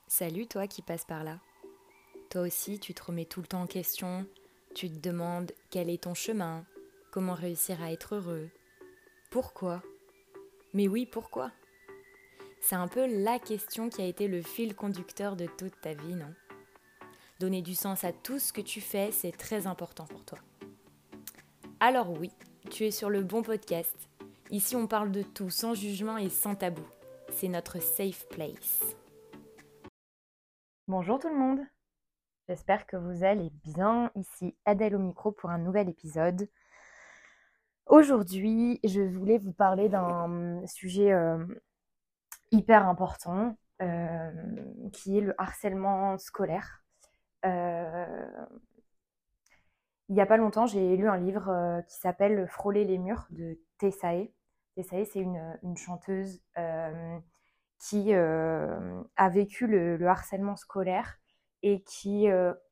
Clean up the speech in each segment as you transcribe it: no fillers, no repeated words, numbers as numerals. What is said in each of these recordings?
Salut toi qui passes par là. Toi aussi, tu te remets tout le temps en question, tu te demandes quel est ton chemin, comment réussir à être heureux, pourquoi. Mais oui, pourquoi? C'est un peu la question qui a été le fil conducteur de toute ta vie, non? Donner du sens à tout ce que tu fais, c'est très important pour toi. Alors oui, tu es sur le bon podcast. Ici, on parle de tout sans jugement et sans tabou. C'est notre safe place. Bonjour tout le monde, j'espère que vous allez bien. Ici Adèle au micro pour un nouvel épisode. Aujourd'hui, je voulais vous parler d'un sujet hyper important qui est le harcèlement scolaire. Euh, il n'y a pas longtemps, j'ai lu un livre qui s'appelle Frôler les murs de Tessae. Tessae, c'est une chanteuse qui a vécu le harcèlement scolaire et qui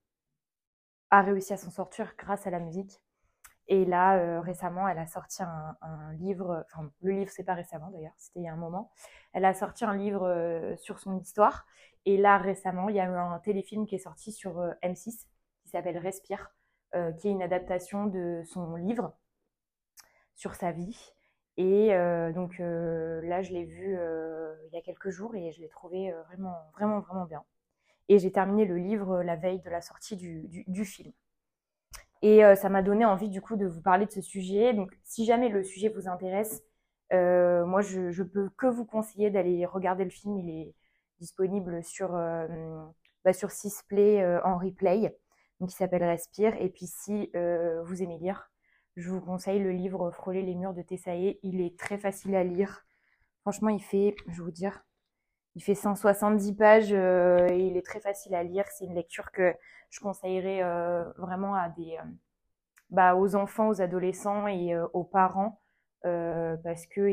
a réussi à s'en sortir grâce à la musique. Et là, récemment, elle a sorti un livre, enfin, le livre, c'est pas récemment d'ailleurs, c'était il y a un moment. Elle a sorti un livre sur son histoire. Et là, récemment, il y a eu un téléfilm qui est sorti sur M6 qui s'appelle Respire, qui est une adaptation de son livre sur sa vie. Et donc là, je l'ai vu il y a quelques jours et je l'ai trouvé vraiment, vraiment, vraiment bien. Et j'ai terminé le livre la veille de la sortie du film. Et ça m'a donné envie du coup de vous parler de ce sujet. Donc si jamais le sujet vous intéresse, moi je peux que vous conseiller d'aller regarder le film. Il est disponible sur Sisplay en replay, donc il s'appelle Respire. Et puis si vous aimez lire, je vous conseille le livre Frôler les murs de Tessae. Il est très facile à lire. Franchement, je vais vous dire, il fait 170 pages et il est très facile à lire. C'est une lecture que je conseillerais vraiment à aux enfants, aux adolescents et aux parents parce que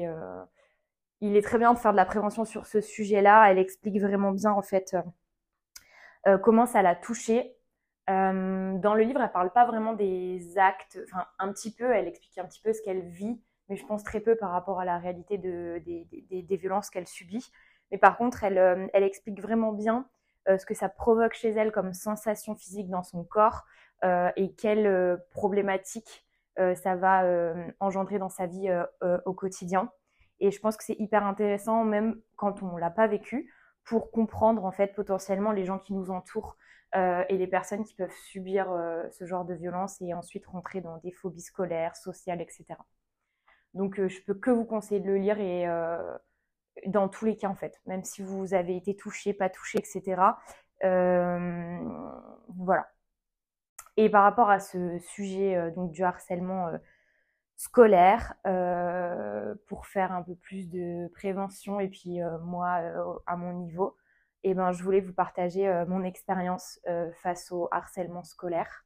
il est très bien de faire de la prévention sur ce sujet-là. Elle explique vraiment bien en fait comment ça l'a touchée. Dans le livre, elle parle pas vraiment des actes, enfin un petit peu, elle explique un petit peu ce qu'elle vit, mais je pense très peu par rapport à la réalité des violences qu'elle subit. Mais par contre, elle explique vraiment bien ce que ça provoque chez elle comme sensation physique dans son corps et quelles problématiques ça va engendrer dans sa vie au quotidien. Et je pense que c'est hyper intéressant, même quand on l'a pas vécu, pour comprendre en fait potentiellement les gens qui nous entourent et les personnes qui peuvent subir ce genre de violence et ensuite rentrer dans des phobies scolaires, sociales, etc. Donc je peux que vous conseiller de le lire et dans tous les cas en fait, même si vous avez été touché, pas touché, etc. Euh, voilà. Et par rapport à ce sujet donc du harcèlement scolaire, pour faire un peu plus de prévention et puis moi à mon niveau, et ben je voulais vous partager mon expérience face au harcèlement scolaire.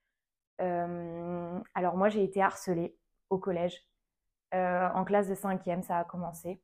Alors moi j'ai été harcelée au collège, en classe de cinquième ça a commencé.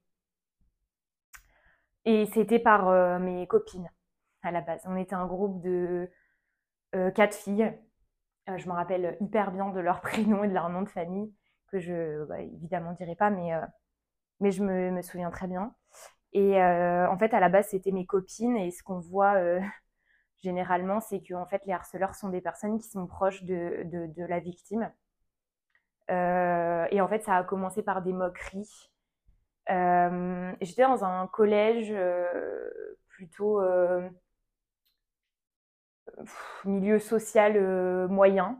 Et c'était par mes copines à la base. On était un groupe de 4 filles. Je me rappelle hyper bien de leur prénom et de leur nom de famille, que je évidemment dirai pas, mais je me souviens très bien. Et en fait, à la base, c'était mes copines. Et ce qu'on voit généralement, c'est que en fait, les harceleurs sont des personnes qui sont proches de la victime. Et en fait, ça a commencé par des moqueries. J'étais dans un collège plutôt milieu social moyen,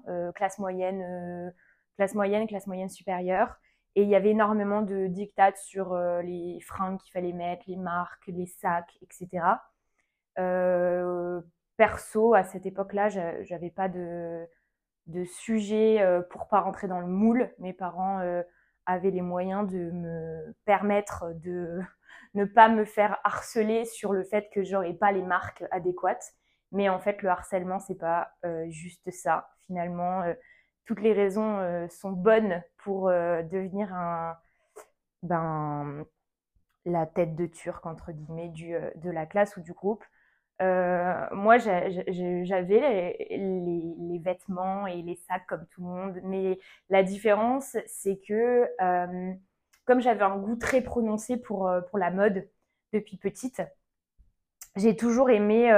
classe moyenne supérieure. Et il y avait énormément de dictats sur les fringues qu'il fallait mettre, les marques, les sacs, etc. Euh, Perso, à cette époque-là, j'avais pas de sujet pour pas rentrer dans le moule. Mes parents avaient les moyens de me permettre de ne pas me faire harceler sur le fait que j'aurais pas les marques adéquates. Mais en fait, le harcèlement, c'est pas juste ça. Finalement, toutes les raisons sont bonnes pour devenir ben, la tête de turc, entre guillemets, de la classe ou du groupe. Moi, j'avais les vêtements et les sacs comme tout le monde, mais la différence, c'est que comme j'avais un goût très prononcé pour la mode depuis petite, j'ai toujours aimé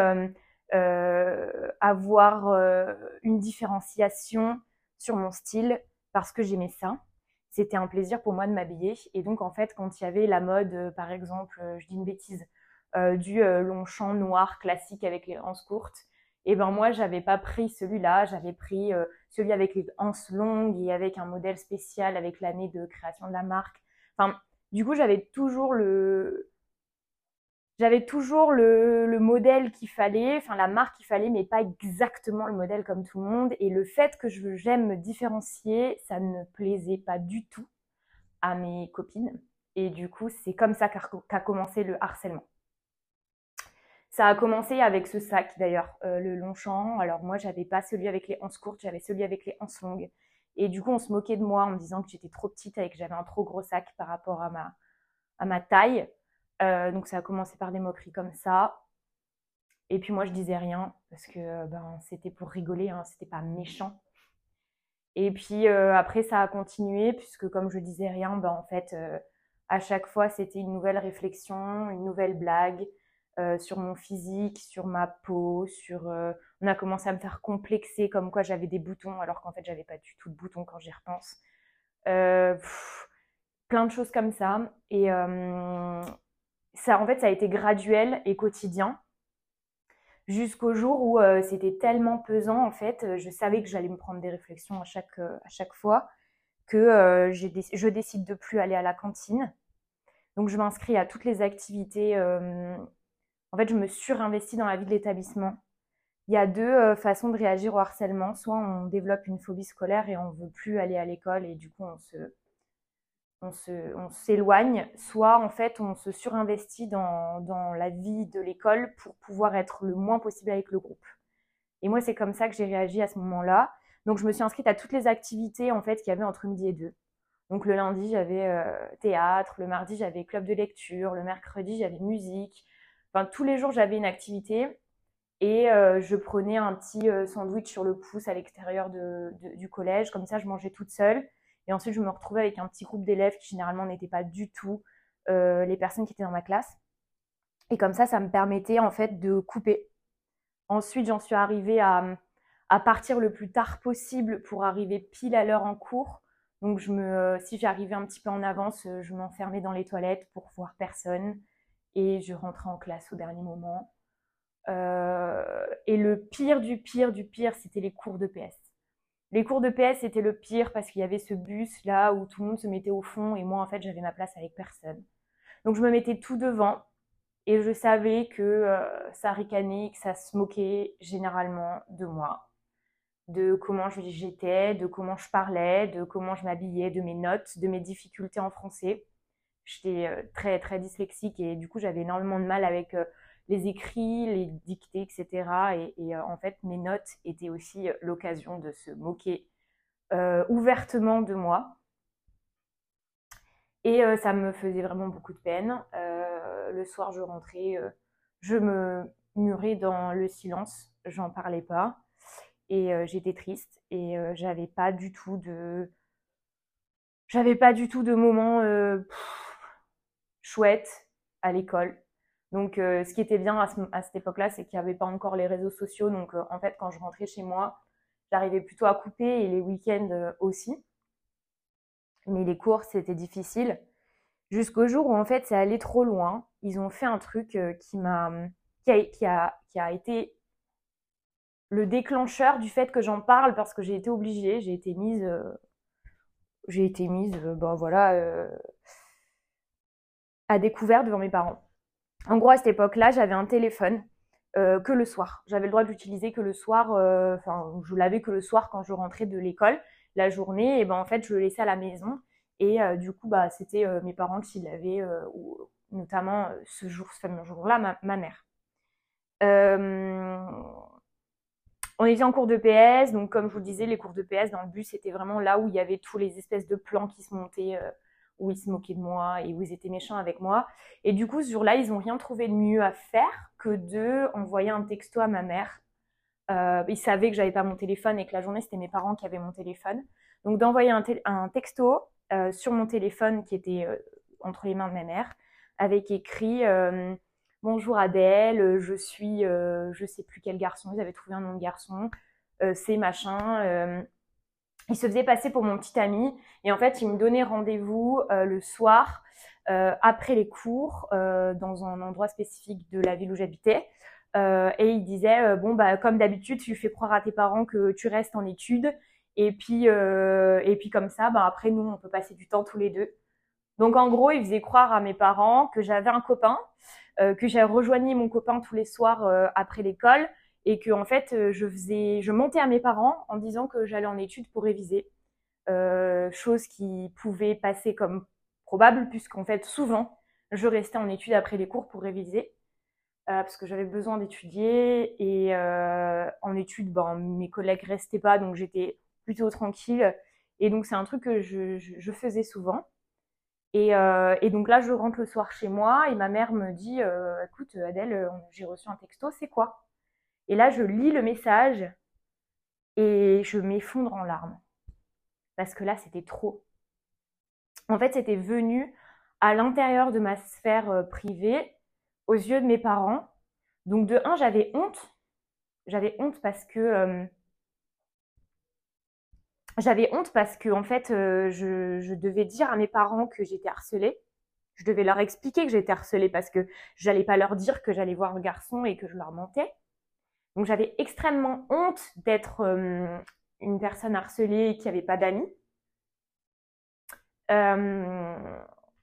avoir une différenciation sur mon style parce que j'aimais ça. C'était un plaisir pour moi de m'habiller. Et donc, en fait, quand il y avait la mode, par exemple, je dis une bêtise, du Longchamp noir classique avec les anses courtes, et ben moi, j'avais pas pris celui-là. J'avais pris celui avec les anses longues et avec un modèle spécial avec l'année de création de la marque. Enfin, du coup, j'avais toujours le modèle qu'il fallait, enfin la marque qu'il fallait, mais pas exactement le modèle comme tout le monde. Et le fait que j'aime me différencier, ça ne plaisait pas du tout à mes copines. Et du coup, c'est comme ça qu'a commencé le harcèlement. Ça a commencé avec ce sac d'ailleurs, le Longchamp. Alors moi, j'avais pas celui avec les anses courtes, j'avais celui avec les anses longues. Et du coup, on se moquait de moi en me disant que j'étais trop petite et que j'avais un trop gros sac par rapport à ma taille. Donc ça a commencé par des moqueries comme ça. Et puis moi, je disais rien parce que ben, c'était pour rigoler, hein, c'était pas méchant. Et puis après, ça a continué puisque comme je disais rien, ben, en fait, à chaque fois, c'était une nouvelle réflexion, une nouvelle blague sur mon physique, sur ma peau, on a commencé à me faire complexer comme quoi j'avais des boutons alors qu'en fait, j'avais pas du tout de boutons quand j'y repense. Plein de choses comme ça. Et ça, en fait, ça a été graduel et quotidien jusqu'au jour où c'était tellement pesant, en fait, je savais que j'allais me prendre des réflexions à chaque fois, que je décide de plus aller à la cantine. Donc, je m'inscris à toutes les activités. En fait, je me surinvestis dans la vie de l'établissement. Il y a deux façons de réagir au harcèlement. Soit on développe une phobie scolaire et on veut plus aller à l'école et du coup, on s'éloigne, soit en fait on se surinvestit dans la vie de l'école pour pouvoir être le moins possible avec le groupe. Et moi, c'est comme ça que j'ai réagi à ce moment-là. Donc, je me suis inscrite à toutes les activités en fait qu'il y avait entre midi et deux. Donc, le lundi, j'avais théâtre, le mardi, j'avais club de lecture, le mercredi, j'avais musique. Enfin, tous les jours, j'avais une activité et je prenais un petit sandwich sur le pouce à l'extérieur du collège. Comme ça, je mangeais toute seule. Et ensuite, je me retrouvais avec un petit groupe d'élèves qui généralement n'étaient pas du tout les personnes qui étaient dans ma classe. Et comme ça me permettait en fait de couper. Ensuite, j'en suis arrivée à partir le plus tard possible pour arriver pile à l'heure en cours. Donc, si j'arrivais un petit peu en avance, je m'enfermais dans les toilettes pour voir personne. Et je rentrais en classe au dernier moment. Et le pire du pire du pire, c'était les cours de PS. Les cours de PS, c'était le pire parce qu'il y avait ce bus là où tout le monde se mettait au fond et moi, en fait, j'avais ma place avec personne. Donc, je me mettais tout devant et je savais que ça ricanait, que ça se moquait généralement de moi, de comment j'étais, de comment je parlais, de comment je m'habillais, de mes notes, de mes difficultés en français. J'étais très, très dyslexique et du coup, j'avais énormément de mal avec les écrits, les dictées, etc. Et en fait, mes notes étaient aussi l'occasion de se moquer ouvertement de moi. Et ça me faisait vraiment beaucoup de peine. Le soir, je rentrais, je me murais dans le silence, j'en parlais pas. Et j'étais triste et j'avais pas du tout de moments chouettes à l'école. Donc, ce qui était bien à cette époque-là, c'est qu'il n'y avait pas encore les réseaux sociaux. Donc, en fait, quand je rentrais chez moi, j'arrivais plutôt à couper et les week-ends aussi. Mais les cours, c'était difficile. Jusqu'au jour où, en fait, c'est allé trop loin. Ils ont fait un truc qui a été le déclencheur du fait que j'en parle parce que j'ai été obligée, ben voilà, à découvert devant mes parents. En gros, à cette époque-là, j'avais un téléphone que le soir. J'avais le droit de l'utiliser que le soir. Enfin, je l'avais que le soir quand je rentrais de l'école. La journée, et ben en fait, je le laissais à la maison. Et du coup, bah, c'était mes parents qui l'avaient, ou notamment ce fameux jour-là, ma mère. On était en cours de PS, donc comme je vous le disais, les cours de PS dans le bus, c'était vraiment là où il y avait tous les espèces de plans qui se montaient, où ils se moquaient de moi et où ils étaient méchants avec moi. Et du coup, ce jour-là, ils n'ont rien trouvé de mieux à faire que de envoyer un texto à ma mère. Ils savaient que j'avais pas mon téléphone et que la journée, c'était mes parents qui avaient mon téléphone. Donc d'envoyer un texto sur mon téléphone qui était entre les mains de ma mère, avec écrit bonjour Adèle, je suis, je sais plus quel garçon, ils avaient trouvé un nom de garçon, c'est machin. Il se faisait passer pour mon petit ami et en fait, il me donnait rendez-vous le soir après les cours dans un endroit spécifique de la ville où j'habitais. Et il disait bon bah comme d'habitude, tu fais croire à tes parents que tu restes en études et puis comme ça, bah après nous on peut passer du temps tous les deux. Donc en gros, il faisait croire à mes parents que j'avais un copain, que j'avais rejoigné mon copain tous les soirs après l'école et que en fait je montais à mes parents en disant que j'allais en études pour réviser, chose qui pouvait passer comme probable puisqu'en fait souvent je restais en études après les cours pour réviser parce que j'avais besoin d'étudier et en études, ben, mes collègues restaient pas donc j'étais plutôt tranquille et donc c'est un truc que je faisais souvent. Et donc là, je rentre le soir chez moi et ma mère me dit écoute, Adèle, j'ai reçu un texto, c'est quoi? Et là, je lis le message et je m'effondre en larmes. Parce que là, c'était trop. En fait, c'était venu à l'intérieur de ma sphère privée, aux yeux de mes parents. Donc, de un, j'avais honte. J'avais honte parce que. J'avais honte parce que, en fait, je devais dire à mes parents que j'étais harcelée. Je devais leur expliquer que j'étais harcelée parce que j'allais pas leur dire que j'allais voir le garçon et que je leur mentais. Donc j'avais extrêmement honte d'être une personne harcelée qui n'avait pas d'amis. Euh,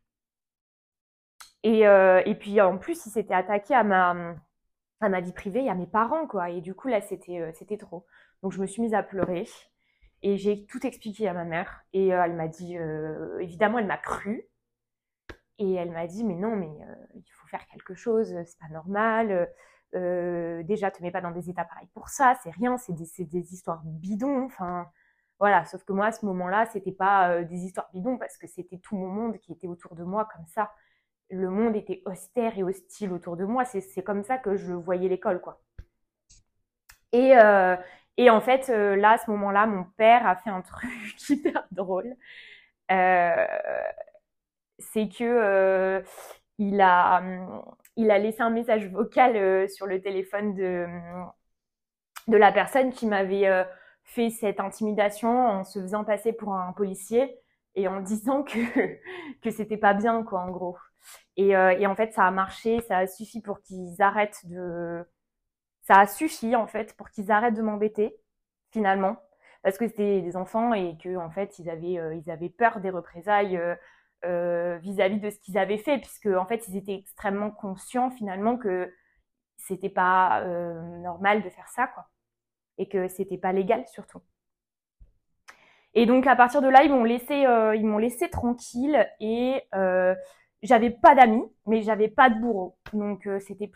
et puis en plus, il s'était attaqué à ma vie privée et à mes parents, quoi. Et du coup, là, c'était trop. Donc je me suis mise à pleurer et j'ai tout expliqué à ma mère. Et elle m'a dit, évidemment, elle m'a cru. Et elle m'a dit, mais non, mais il faut faire quelque chose, c'est pas normal. Déjà, te mets pas dans des états pareils pour ça, c'est rien, c'est des histoires bidons. Enfin, voilà. Sauf que moi, à ce moment-là, c'était pas des histoires bidons parce que c'était tout mon monde qui était autour de moi comme ça. Le monde était austère et hostile autour de moi. C'est comme ça que je voyais l'école, quoi. Et, euh, et en fait, là, à ce moment-là, mon père a fait un truc hyper drôle. Euh, c'est que il a laissé un message vocal sur le téléphone de la personne qui m'avait fait cette intimidation en se faisant passer pour un policier et en disant que c'était pas bien, quoi, en gros. Et en fait, ça a marché, ça a suffi pour qu'ils arrêtent de. Ça a suffi, en fait, pour qu'ils arrêtent de m'embêter, finalement. Parce que c'était des enfants et que en fait, ils avaient peur des représailles vis-à-vis de ce qu'ils avaient fait, puisque en fait, ils étaient extrêmement conscients, finalement, que c'était pas normal de faire ça, quoi. Et que c'était pas légal, surtout. Et donc, à partir de là, ils m'ont laissé tranquille et j'avais pas d'amis, mais j'avais pas de bourreau. Donc, c'était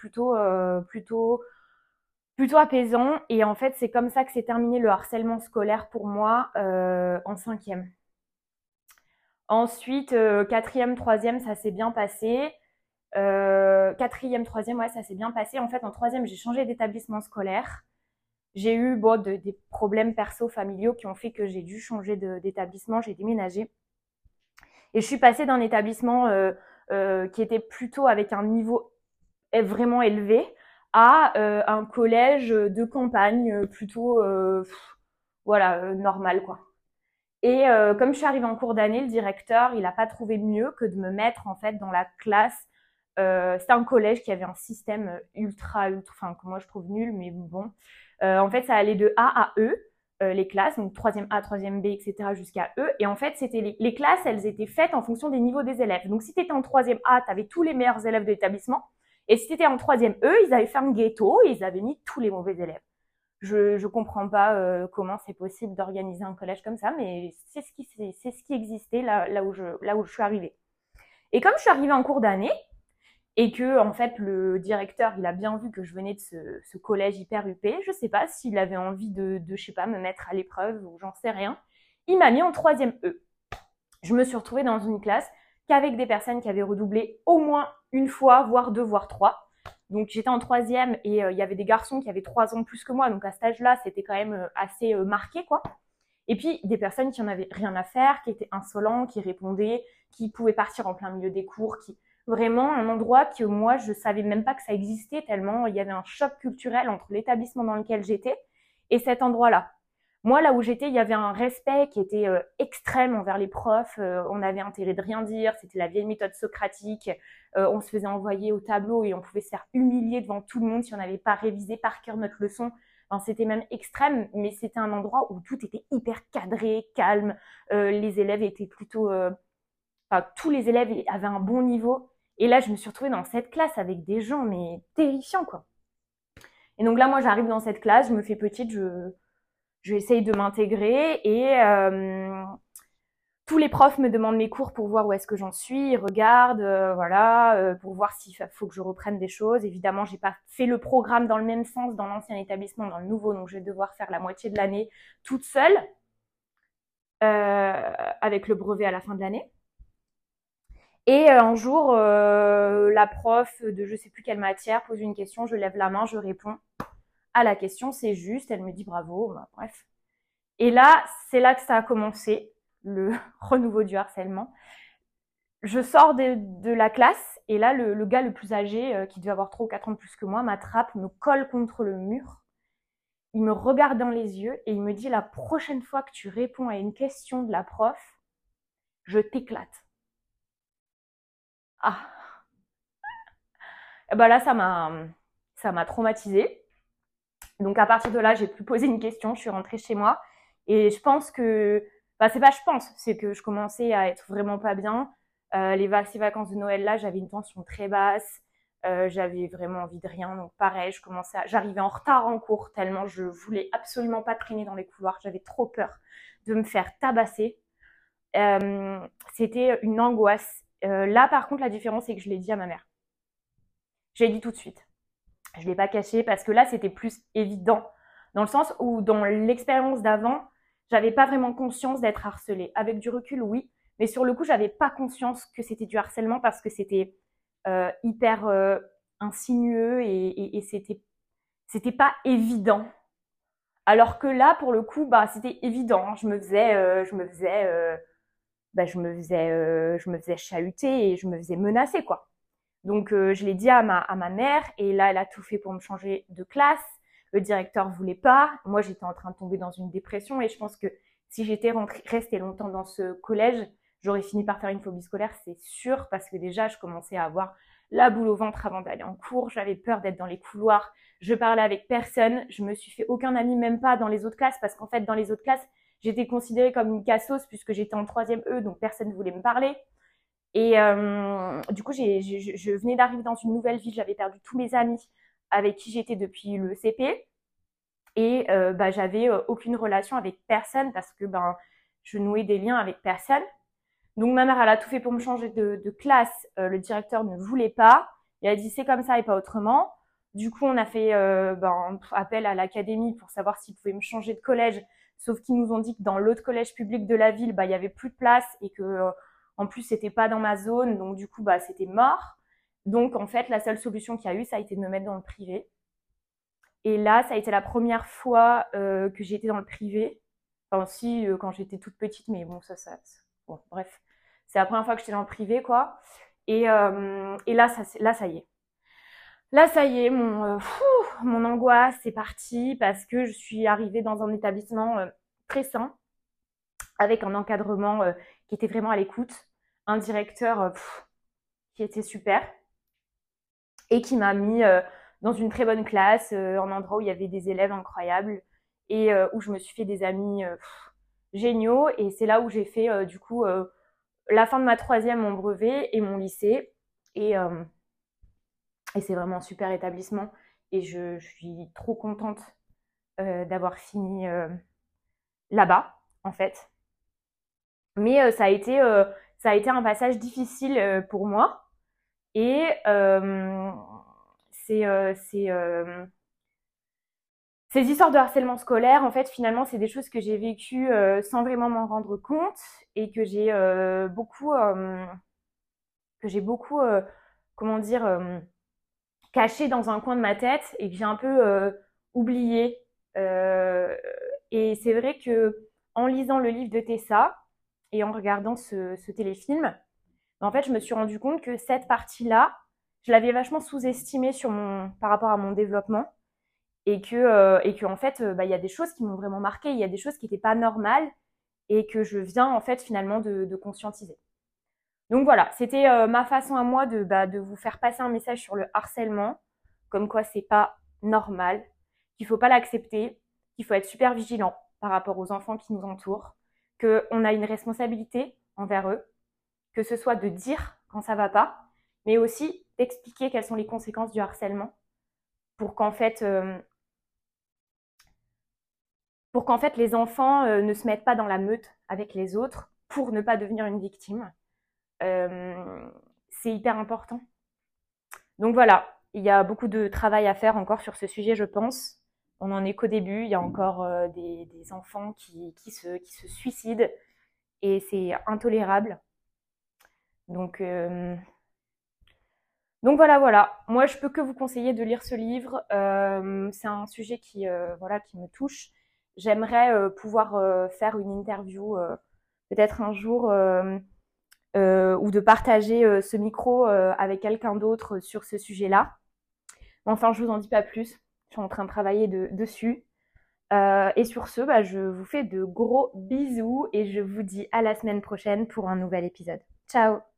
plutôt apaisant. Et en fait, c'est comme ça que s'est terminé le harcèlement scolaire pour moi en cinquième. Ensuite, quatrième, troisième, ça s'est bien passé. Quatrième, troisième, ouais, ça s'est bien passé. En fait, en troisième, j'ai changé d'établissement scolaire. J'ai eu des problèmes perso familiaux qui ont fait que j'ai dû changer d'établissement. J'ai déménagé. Et je suis passée d'un établissement qui était plutôt avec un niveau vraiment élevé à un collège de campagne plutôt voilà normal, quoi. Et comme je suis arrivée en cours d'année, le directeur, il n'a pas trouvé mieux que de me mettre en fait dans la classe. C'était un collège qui avait un système enfin que moi je trouve nul, mais bon. En fait, ça allait de A à E, les classes, donc troisième A, troisième B, etc. jusqu'à E. Et en fait, c'était les classes, elles étaient faites en fonction des niveaux des élèves. Donc si tu étais en troisième A, tu avais tous les meilleurs élèves de l'établissement. Et si tu étais en troisième E, ils avaient fait un ghetto et ils avaient mis tous les mauvais élèves. Je comprends pas comment c'est possible d'organiser un collège comme ça, mais c'est ce qui existait là où je suis arrivée. Et comme je suis arrivée en cours d'année et que en fait le directeur il a bien vu que je venais de ce collège hyper huppé, je sais pas s'il avait envie de je sais pas me mettre à l'épreuve ou j'en sais rien, il m'a mis en troisième E. Je me suis retrouvée dans une classe qu'avec des personnes qui avaient redoublé au moins une fois, voire deux, voire trois. Donc j'étais en troisième et il y avait des garçons qui avaient 3 ans de plus que moi, donc à cet âge-là, c'était quand même assez marqué, quoi. Et puis des personnes qui en avaient rien à faire, qui étaient insolents, qui répondaient, qui pouvaient partir en plein milieu des cours, qui Vraiment un endroit que moi, je savais même pas que ça existait tellement il y avait un choc culturel entre l'établissement dans lequel j'étais et cet endroit-là. Moi, là où j'étais, il y avait un respect qui était extrême envers les profs. On avait intérêt de rien dire. C'était la vieille méthode socratique. On se faisait envoyer au tableau et on pouvait se faire humilier devant tout le monde si on n'avait pas révisé par cœur notre leçon. Enfin, c'était même extrême, mais c'était un endroit où tout était hyper cadré, calme. Les élèves étaient plutôt... Enfin, tous les élèves avaient un bon niveau. Et là, je me suis retrouvée dans cette classe avec des gens, mais terrifiants, quoi. Et donc là, moi, j'arrive dans cette classe, je me fais petite, je essaye de m'intégrer et tous les profs me demandent mes cours pour voir où est-ce que j'en suis, ils regardent, voilà, pour voir s'il faut que je reprenne des choses. Évidemment, j'ai pas fait le programme dans le même sens dans l'ancien établissement, dans le nouveau, donc je vais devoir faire la moitié de l'année toute seule, avec le brevet à la fin de l'année. Et un jour, la prof de je sais plus quelle matière pose une question, je lève la main, je réponds à la question, c'est juste, elle me dit bravo, bah, bref. Et là, c'est là que ça a commencé, le renouveau du harcèlement. Je sors de la classe et là, le gars le plus âgé, qui devait avoir 3 ou 4 ans de plus que moi, m'attrape, me colle contre le mur. Il me regarde dans les yeux et il me dit la prochaine fois que tu réponds à une question de la prof, je t'éclate. Ah. Et ben là, ça m'a traumatisée. Donc à partir de là, j'ai plus posé une question, je suis rentrée chez moi et je pense que, bah c'est pas je pense, c'est que je commençais à être vraiment pas bien. Ces vacances de Noël là, j'avais une tension très basse, j'avais vraiment envie de rien. Donc pareil, j'arrivais en retard en cours tellement je voulais absolument pas traîner dans les couloirs, j'avais trop peur de me faire tabasser. C'était une angoisse. Là par contre, la différence c'est que je l'ai dit à ma mère. Je l'ai dit tout de suite. Je l'ai pas caché parce que là, c'était plus évident. Dans le sens où, dans l'expérience d'avant, j'avais pas vraiment conscience d'être harcelée. Avec du recul, oui. Mais sur le coup, j'avais pas conscience que c'était du harcèlement parce que c'était hyper insinueux et c'était pas évident. Alors que là, pour le coup, bah, c'était évident. Je me faisais chahuter et je me faisais menacer, quoi. Donc, je l'ai dit à ma mère et là, elle a tout fait pour me changer de classe. Le directeur voulait pas. Moi, j'étais en train de tomber dans une dépression et je pense que si j'étais restée longtemps dans ce collège, j'aurais fini par faire une phobie scolaire, c'est sûr, parce que déjà, je commençais à avoir la boule au ventre avant d'aller en cours. J'avais peur d'être dans les couloirs. Je parlais avec personne. Je me suis fait aucun ami, même pas dans les autres classes, parce qu'en fait, dans les autres classes, j'étais considérée comme une cassos puisque j'étais en 3e E, donc personne ne voulait me parler. Et du coup, je venais d'arriver dans une nouvelle ville, j'avais perdu tous mes amis avec qui j'étais depuis le CP. Et bah, j'avais aucune relation avec personne parce que ben, je nouais des liens avec personne. Donc ma mère, elle a tout fait pour me changer de classe. Le directeur ne voulait pas. Il a dit c'est comme ça et pas autrement. Du coup, on a fait appel à l'académie pour savoir s'ils pouvaient me changer de collège. Sauf qu'ils nous ont dit que dans l'autre collège public de la ville, bah, il y avait plus de place et que en plus, c'était pas dans ma zone. Donc du coup, bah, c'était mort. Donc en fait, la seule solution qu'il y a eu, ça a été de me mettre dans le privé. Et là, ça a été la première fois que j'ai été dans le privé. Enfin, aussi, quand j'étais toute petite, mais bon, bon, bref. C'est la première fois que j'étais dans le privé, quoi. Et là, ça y est. Là, ça y est, mon angoisse est partie parce que je suis arrivée dans un établissement très sain, avec un encadrement qui était vraiment à l'écoute, un directeur qui était super et qui m'a mis dans une très bonne classe, un endroit où il y avait des élèves incroyables et où je me suis fait des amis géniaux. Et c'est là où j'ai fait du coup la fin de ma 3e, mon brevet et mon lycée. Et c'est vraiment un super établissement. Et je suis trop contente d'avoir fini là-bas, en fait. Mais ça a été un passage difficile pour moi. Et ces histoires de harcèlement scolaire, en fait, finalement, c'est des choses que j'ai vécues sans vraiment m'en rendre compte et que j'ai beaucoup, comment dire, caché dans un coin de ma tête et que j'ai un peu oublié. Et c'est vrai que en lisant le livre de Tessa et en regardant ce téléfilm, En fait, je me suis rendu compte que cette partie-là, je l'avais vachement sous-estimée par rapport à mon développement et que en fait, il y a des choses qui m'ont vraiment marquée, il y a des choses qui n'étaient pas normales et que je viens en fait finalement de conscientiser. Donc voilà, c'était ma façon à moi de vous faire passer un message sur le harcèlement, comme quoi c'est pas normal, qu'il faut pas l'accepter, qu'il faut être super vigilant par rapport aux enfants qui nous entourent, qu'on a une responsabilité envers eux, que ce soit de dire quand ça va pas, mais aussi d'expliquer quelles sont les conséquences du harcèlement pour qu'en fait, les enfants ne se mettent pas dans la meute avec les autres pour ne pas devenir une victime. C'est hyper important. Donc voilà, il y a beaucoup de travail à faire encore sur ce sujet, je pense. On n'en est qu'au début, il y a encore des enfants qui se suicident et c'est intolérable. Donc voilà. Moi, je peux que vous conseiller de lire ce livre. C'est un sujet qui me touche. J'aimerais pouvoir faire une interview peut-être un jour ou de partager ce micro avec quelqu'un d'autre sur ce sujet-là. Enfin, je vous en dis pas plus. Je suis en train de travailler dessus. Et sur ce, je vous fais de gros bisous et je vous dis à la semaine prochaine pour un nouvel épisode. Ciao!